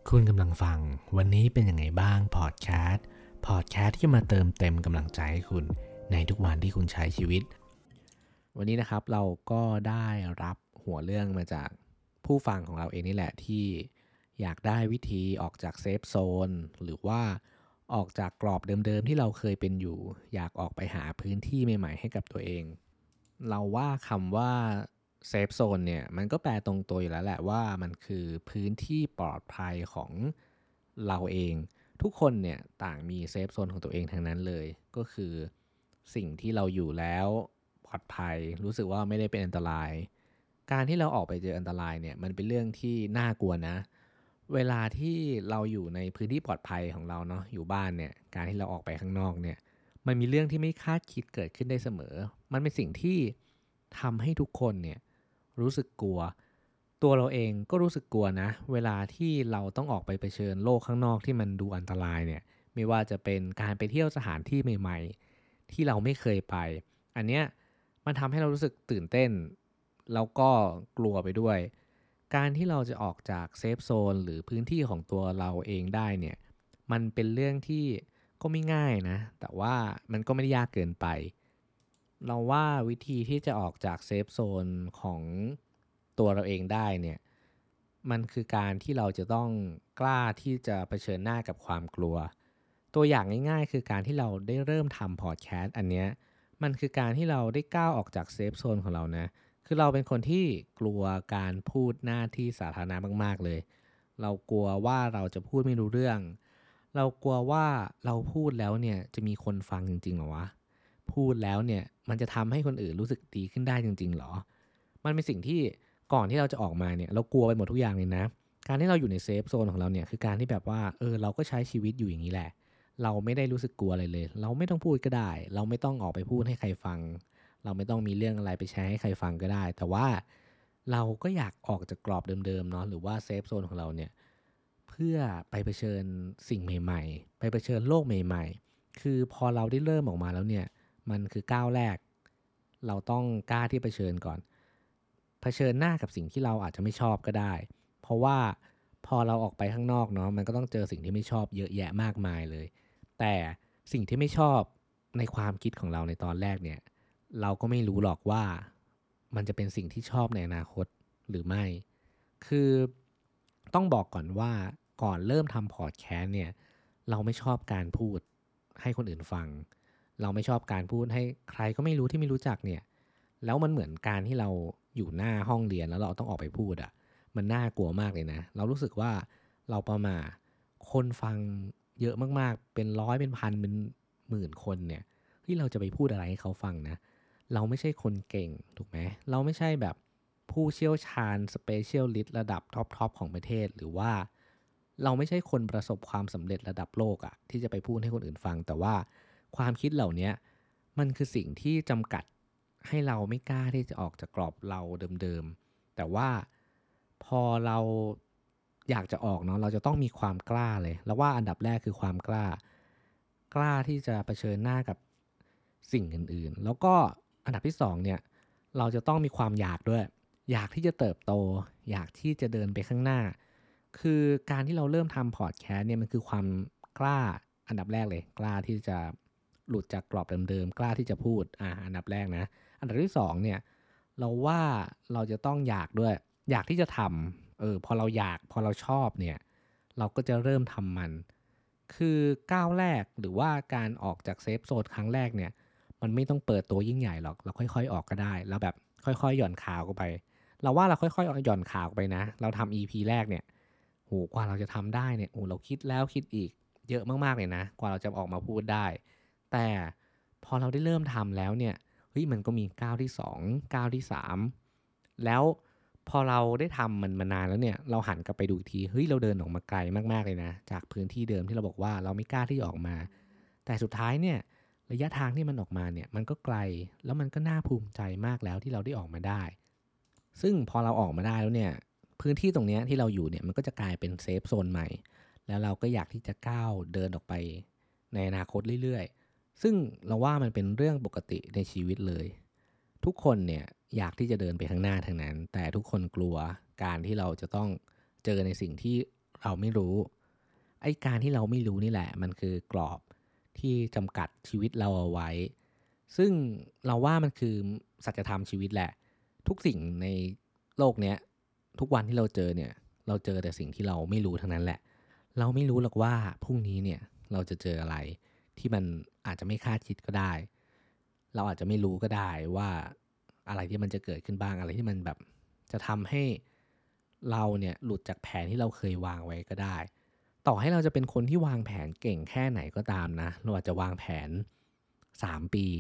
คุณกำลังฟังวันนี้เป็นยังไงบ้างพอดแคสต์ที่จะมาเติมเต็มกำลังใจให้คุณในทุกวันที่คุณใช้ชีวิตวันนี้นะครับเราก็ได้รับหัวเรื่องมาจากผู้ฟังของเราเองนี่แหละที่อยากได้วิธีออกจากเซฟโซนหรือว่าออกจากกรอบเดิมๆที่เราเคยเป็นอยู่อยากออกไปหาพื้นที่ใหม่ๆให้กับตัวเองเราว่าคำว่าเซฟโซนเนี่ยมันก็แปลตรงตัวอยู่แล้วแหละว่ามันคือพื้นที่ปลอดภัยของเราเองทุกคนเนี่ยต่างมีเซฟโซนของตัวเองทั้งนั้นเลยก็คือสิ่งที่เราอยู่แล้วปลอดภัยรู้สึกว่าไม่ได้เป็นอันตรายการที่เราออกไปเจออันตรายเนี่ยมันเป็นเรื่องที่น่ากลัวนะเวลาที่เราอยู่ในพื้นที่ปลอดภัยของเราเนาะอยู่บ้านเนี่ยการที่เราออกไปข้างนอกเนี่ยมันมีเรื่องที่ไม่คาดคิดเกิดขึ้นได้เสมอมันเป็นสิ่งที่ทำให้ทุกคนเนี่ยรู้สึกกลัวตัวเราเองก็รู้สึกกลัวนะเวลาที่เราต้องออกไปเผชิญโลกข้างนอกที่มันดูอันตรายเนี่ยไม่ว่าจะเป็นการไปเที่ยวสถานที่ใหม่ๆที่เราไม่เคยไปอันเนี้ยมันทำให้เรารู้สึกตื่นเต้นแล้วก็กลัวไปด้วยการที่เราจะออกจากเซฟโซนหรือพื้นที่ของตัวเราเองได้เนี่ยมันเป็นเรื่องที่ก็ไม่ง่ายนะแต่ว่ามันก็ไม่ได้ยากเกินไปเราว่าวิธีที่จะออกจากเซฟโซนของตัวเราเองได้เนี่ยมันคือการที่เราจะต้องกล้าที่จะเผชิญหน้ากับความกลัวตัวอย่างง่ายๆคือการที่เราได้เริ่มทำพอดแคสต์อันเนี้ย มันคือการที่เราได้ก้าวออกจากเซฟโซนของเรานะคือเราเป็นคนที่กลัวการพูดหน้าที่สาธารณะมากๆเลยเรากลัวว่าเราจะพูดไม่รู้เรื่องเรากลัวว่าเราพูดแล้วเนี่ยจะมีคนฟังจริงๆเหรอวะพูดแล้วเนี่ยมันจะทำให้คนอื่นรู้สึกดีขึ้นได้จริงๆเหรอมันเป็นสิ่งที่ก่อนที่เราจะออกมาเนี่ยเรากลัวไปหมดทุกอย่างเลยนะการที่เราอยู่ในเซฟโซนของเราเนี่ยคือการที่แบบว่าเราก็ใช้ชีวิตอยู่อย่างนี้แหละ เราไม่ได้รู้สึกกลัวอะไรเลย เราไม่ต้องพูดก็ได้ เราไม่ต้องออกไปพูดให้ใครฟัง เราไม่ต้องมีเรื่องอะไรไปแชร์ให้ใครฟังก็ได้ แต่ว่าเราก็อยากออกจากกรอบเดิมๆเนาะหรือว่าเซฟโซนของเราเนี่ยเพื่อไปเผชิญสิ่งใหม่ๆไปเผชิญโลกใหม่ๆคือพอเราได้เริ่มออกมาแล้วเนี่ยมันคือก้าวแรกเราต้องกล้าที่เผชิญก่อนเผชิญหน้ากับสิ่งที่เราอาจจะไม่ชอบก็ได้เพราะว่าพอเราออกไปข้างนอกเนาะมันก็ต้องเจอสิ่งที่ไม่ชอบเยอะแยะมากมายเลย แต่สิ่งที่ไม่ชอบในความคิดของเราในตอนแรกเนี่ยเราก็ไม่รู้หรอกว่ามันจะเป็นสิ่งที่ชอบในอนาคตหรือไม่คือต้องบอกก่อนว่าก่อนเริ่มทำพอดแคสต์เนี่ยเราไม่ชอบการพูดให้คนอื่นฟังเราไม่ชอบการพูดให้ใครก็ไม่รู้ที่ไม่รู้จักเนี่ยแล้วมันเหมือนการที่เราอยู่หน้าห้องเรียนแล้วเราต้องออกไปพูดอะมันน่ากลัวมากเลยนะเรารู้สึกว่าเราประหม่า คนฟังเยอะมากๆเป็นร้อยเป็นพันเป็นหมื่นคนเนี่ยที่เราจะไปพูดอะไรให้เขาฟังนะเราไม่ใช่คนเก่งถูกไหมเราไม่ใช่แบบผู้เชี่ยวชาญ specialist ระดับท็อปๆของประเทศหรือว่าเราไม่ใช่คนประสบความสำเร็จระดับโลกอะที่จะไปพูดให้คนอื่นฟังแต่ว่าความคิดเหล่าเนี้ยมันคือสิ่งที่จำกัดให้เราไม่กล้าที่จะออกจากกรอบเราเดิมๆแต่ว่า พอเราอยากจะออกเนาะเราจะต้องมีความกล้าเลยแล้วว่าอันดับแรกคือความกล้ากล้าที่จะเผชิญหน้ากับสิ่งอื่นๆแล้วก็อันดับที่2เนี่ยเราจะต้องมีความอยากด้วยอยากที่จะเติบโตอยากที่จะเดินไปข้างหน้าคือการที่เราเริ่มทำพอดแคสต์เนี่ยมันคือความกล้าอันดับแรกเลยกล้าที่จะหลุดจากกรอบเดิมๆกล้าที่จะพูดอันดับแรกนะอันดับที่2เนี่ย เราว่าเราจะต้องอยากด้วยอยากที่จะทำพอเราอยากพอเราชอบเนี่ยเราก็จะเริ่มทำมันคือก้าวแรกหรือว่าการออกจากเซฟโซนครั้งแรกเนี่ยมันไม่ต้องเปิดตัวยิ่งใหญ่หรอกเราค่อยๆออกก็ได้แล้วแบบค่อยๆหย่อนขาออกไปเราว่าเราค่อยๆหย่อนขาออกไปนะเราทำ EP แรกเนี่ยโอ้โฮกว่าเราจะทำได้เนี่ยโอ้โฮเราคิดแล้วคิดอีกเยอะมากๆเลยนะกว่าเราจะออกมาพูดได้แต่พอเราได้เริ่มทำแล้วเนี่ย เฮ้ยมันก็มีก้าวที่2ก้าวที่3แล้วพอเราได้ทำมันมานานแล้วเนี่ยเราหันกลับไปดูอีกทีเฮ้ยเราเดินออกมาไกลมากๆเลยนะจากพื้นที่เดิมที่เราบอกว่าเราไม่กล้าที่จะออกมาแต่สุดท้ายเนี่ยระยะทางที่มันออกมาเนี่ยมันก็ไกลแล้วมันก็น่าภูมิใจมากแล้วที่เราได้ออกมาได้ซึ่งพอเราออกมาได้แล้วเนี่ยพื้นที่ตรงเนี้ยที่เราอยู่เนี่ยมันก็จะกลายเป็นเซฟโซนใหม่แล้วเราก็อยากที่จะก้าวเดินออกไปในอนาคตเรื่อยๆ ซึ่งเราว่ามันเป็นเรื่องปกติในชีวิตเลยทุกคนเนี่ยอยากที่จะเดินไปข้างหน้าทั้งนั้นแต่ทุกคนกลัวการที่เราจะต้องเจอในสิ่งที่เราไม่รู้ไอ้การที่เราไม่รู้นี่แหละมันคือกรอบที่จำกัดชีวิตเราเอาไว้ซึ่งเราว่ามันคือสัจธรรมชีวิตแหละทุกสิ่งในโลกเนี้ยทุกวันที่เราเจอเนี่ยเราเจอแต่สิ่งที่เราไม่รู้ทั้งนั้นแหละเราไม่รู้หรอกว่าพรุ่งนี้เนี่ยเราจะเจออะไรที่มันอาจจะไม่คาดคิดก็ได้เราอาจจะไม่รู้ก็ได้ว่าอะไรที่มันจะเกิดขึ้นบ้างอะไรที่มันแบบจะทำให้เราเนี่ยหลุดจากแผนที่เราเคยวางไว้ก็ได้ต่อให้เราจะเป็นคนที่วางแผนเก่งแค่ไหนก็ตามนะเราอาจจะวางแผน3 ปี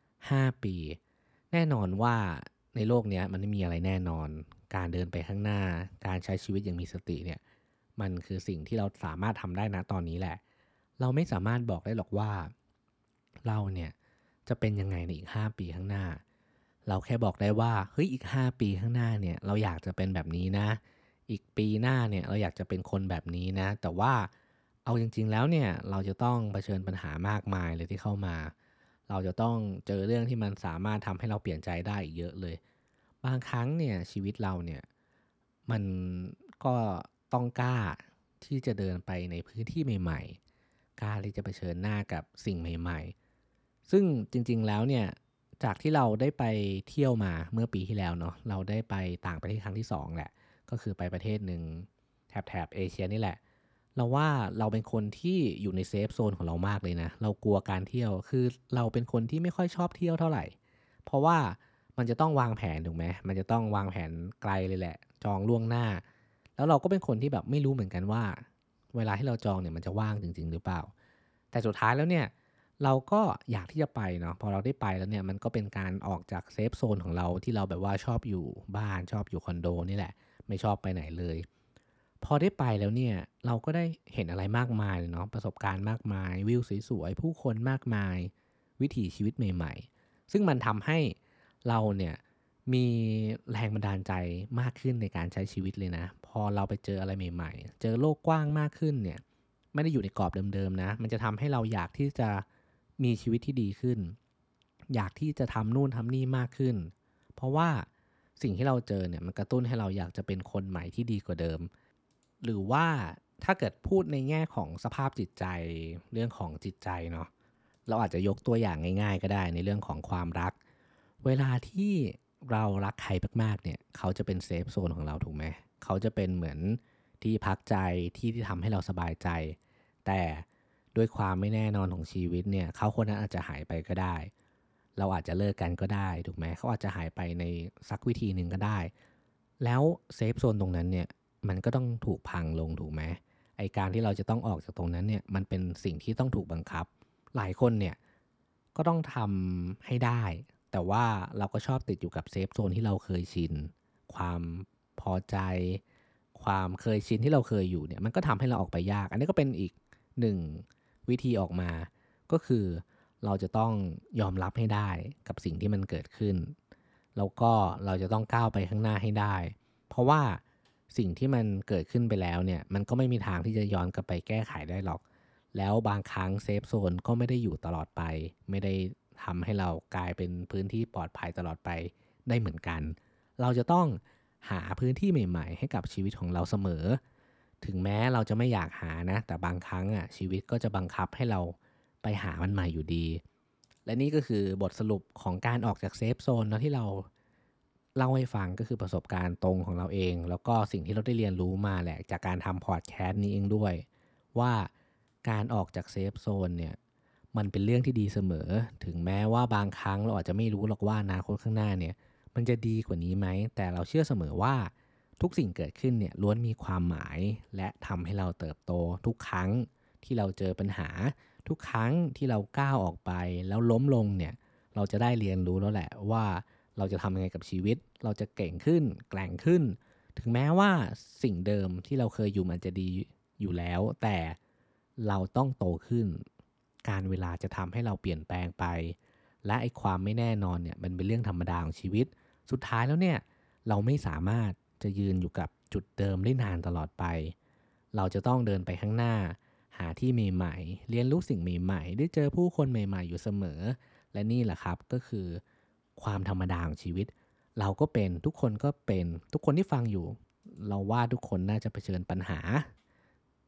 5 ปีแน่นอนว่าในโลกเนี้ยมันไม่มีอะไรแน่นอนการเดินไปข้างหน้าการใช้ชีวิตอย่างมีสติเนี่ยมันคือสิ่งที่เราสามารถทำได้นะตอนนี้แหละเราไม่สามารถบอกได้หรอกว่าเราเนี่ยจะเป็นยังไงในอีก5 ปีข้างหน้าเราแค่บอกได้ว่าเฮ้ยอีก5 ปีข้างหน้าเนี่ยเราอยากจะเป็นแบบนี้นะอีกปีหน้าเนี่ยเราอยากจะเป็นคนแบบนี้นะแต่ว่าเอาจริงๆแล้วเนี่ยเราจะต้องเผชิญปัญหามากมายเลยที่เข้ามาเราจะต้องเจอเรื่องที่มันสามารถทำให้เราเปลี่ยนใจได้อีกเยอะเลยบางครั้งเนี่ยชีวิตเราเนี่ยมันก็ต้องกล้าที่จะเดินไปในพื้นที่ใหม่ๆกล้าที่จะเผชิญหน้ากับสิ่งใหม่ๆ ซึ่งจริงๆแล้วเนี่ยจากที่เราได้ไปเที่ยวมาเมื่อปีที่แล้วเนาะเราได้ไปต่างประเทศครั้งที่2แหละก็คือไปประเทศหนึ่งแถบเอเชียนี่แหละเราว่าเราเป็นคนที่อยู่ในเซฟโซนของเรามากเลยนะเรากลัวการเที่ยวคือเราเป็นคนที่ไม่ค่อยชอบเที่ยวเท่าไหร่เพราะว่ามันจะต้องวางแผนถูกไหมมันจะต้องวางแผนไกลเลยแหละจองล่วงหน้าแล้วเราก็เป็นคนที่แบบไม่รู้เหมือนกันว่าเวลาที่เราจองเนี่ยมันจะว่างจริงๆหรือเปล่าแต่สุดท้ายแล้วเนี่ย เราก็อยากที่จะไปเนาะพอเราได้ไปแล้วเนี่ยมันก็เป็นการออกจากเซฟโซนของเราที่เราแบบว่าชอบอยู่บ้านชอบอยู่คอนโดนี่แหละไม่ชอบไปไหนเลยพอได้ไปแล้วเนี่ยเราก็ได้เห็นอะไรมากมายเลยเนาะประสบการณ์มากมายวิวสวยๆผู้คนมากมายวิถีชีวิตใหม่ๆซึ่งมันทำให้เราเนี่ยมีแรงบันดาลใจมากขึ้นในการใช้ชีวิตเลยนะพอเราไปเจออะไรใหม่ๆเจอโลกกว้างมากขึ้นเนี่ย ไม่ได้อยู่ในกรอบเดิมๆนะมันจะทำให้เราอยากที่จะมีชีวิตที่ดีขึ้นอยากที่จะทำนู่นทำนี่มากขึ้นเพราะว่าสิ่งที่เราเจอเนี่ยมันกระตุ้นให้เราอยากจะเป็นคนใหม่ที่ดีกว่าเดิมหรือว่าถ้าเกิดพูดในแง่ของสภาพจิตใจเรื่องของจิตใจเนาะเราอาจจะยกตัวอย่างง่ายๆก็ได้ในเรื่องของความรักเวลาที่เรารักใครมากๆเนี่ยเขาจะเป็นเซฟโซนของเราถูกไหมเขาจะเป็นเหมือนที่พักใจที่ทำให้เราสบายใจ แต่ด้วยความไม่แน่นอนของชีวิตเนี่ยเขาคนนั้นอาจจะหายไปก็ได้เราอาจจะเลิกกันก็ได้ถูกไหมเขาอาจจะหายไปในสักวิธีหนึ่งก็ได้แล้วเซฟโซนตรงนั้นเนี่ยมันก็ต้องถูกพังลงถูกไหมไอการที่เราจะต้องออกจากตรงนั้นเนี่ยมันเป็นสิ่งที่ต้องถูกบังคับหลายคนเนี่ยก็ต้องทำให้ได้แต่ว่าเราก็ชอบติดอยู่กับเซฟโซนที่เราเคยชินความพอใจความเคยชินที่เราเคยอยู่เนี่ยมันก็ทำให้เราออกไปยากอันนี้ก็เป็นอีก 1วิธีออกมาก็คือเราจะต้องยอมรับให้ได้กับสิ่งที่มันเกิดขึ้นแล้วก็เราจะต้องก้าวไปข้างหน้าให้ได้เพราะว่าสิ่งที่มันเกิดขึ้นไปแล้วเนี่ยมันก็ไม่มีทางที่จะย้อนกลับไปแก้ไขได้หรอกแล้วบางครั้งเซฟโซนก็ไม่ได้อยู่ตลอดไปไม่ได้ทำให้เรากลายเป็นพื้นที่ปลอดภัยตลอดไปได้เหมือนกันเราจะต้องหาพื้นที่ใหม่ๆให้กับชีวิตของเราเสมอ ถึงแม้เราจะไม่อยากหานะแต่บางครั้งอ่ะชีวิตก็จะบังคับให้เราไปหามันใหม่อยู่ดีและนี่ก็คือบทสรุปของการออกจากเซฟโซนนะที่เราเล่าให้ฟังก็คือประสบการณ์ตรงของเราเองแล้วก็สิ่งที่เราได้เรียนรู้มาแหละจากการทำพอดแคสต์นี้เองด้วยว่าการออกจากเซฟโซนเนี่ยมันเป็นเรื่องที่ดีเสมอถึงแม้ว่าบางครั้งเราอาจจะไม่รู้หรอกว่าอนาคตข้างหน้าเนี่ยมันจะดีกว่านี้ไหมแต่เราเชื่อเสมอว่า ทุกสิ่งเกิดขึ้นเนี่ยล้วนมีความหมายและทำให้เราเติบโตทุกครั้งที่เราเจอปัญหาทุกครั้งที่เราก้าวออกไปแล้วล้มลงเนี่ยเราจะได้เรียนรู้แล้วแหละว่าเราจะทำยังไงกับชีวิตเราจะเก่งขึ้นแกร่งขึ้นถึงแม้ว่าสิ่งเดิมที่เราเคยอยู่มันจะดีอยู่แล้วแต่เราต้องโตขึ้นการเวลาจะทำให้เราเปลี่ยนแปลงไปและไอ้ความไม่แน่นอนเนี่ยมันเป็นเรื่องธรรมดาของชีวิตสุดท้ายแล้วเนี่ยเราไม่สามารถ จะยืนอยู่กับจุดเดิมได้นานตลอดไป เราจะต้องเดินไปข้างหน้าหาที่ใหม่ๆเรียนรู้สิ่งใหม่ๆได้เจอผู้คนใหม่ๆอยู่เสมอ และนี่แหละครับก็คือความธรรมดาของชีวิต เราก็เป็นทุกคนก็เป็นทุกคนที่ฟังอยู่เราว่าทุกคนน่าจะเผชิญปัญหา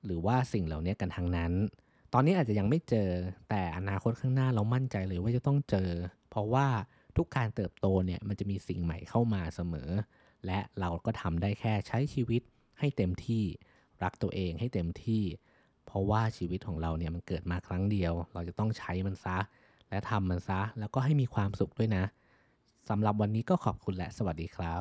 หรือว่าสิ่งเหล่านี้กันทั้งนั้นตอนนี้อาจจะยังไม่เจอแต่อนาคตข้างหน้าเรามั่นใจเลยว่าจะต้องเจอเพราะว่าทุกการเติบโตเนี่ยมันจะมีสิ่งใหม่เข้ามาเสมอและเราก็ทำได้แค่ใช้ชีวิตให้เต็มที่รักตัวเองให้เต็มที่เพราะว่าชีวิตของเราเนี่ยมันเกิดมาครั้งเดียวเราจะต้องใช้มันซะและทำมันซะแล้วก็ให้มีความสุขด้วยนะสำหรับวันนี้ก็ขอบคุณและสวัสดีครับ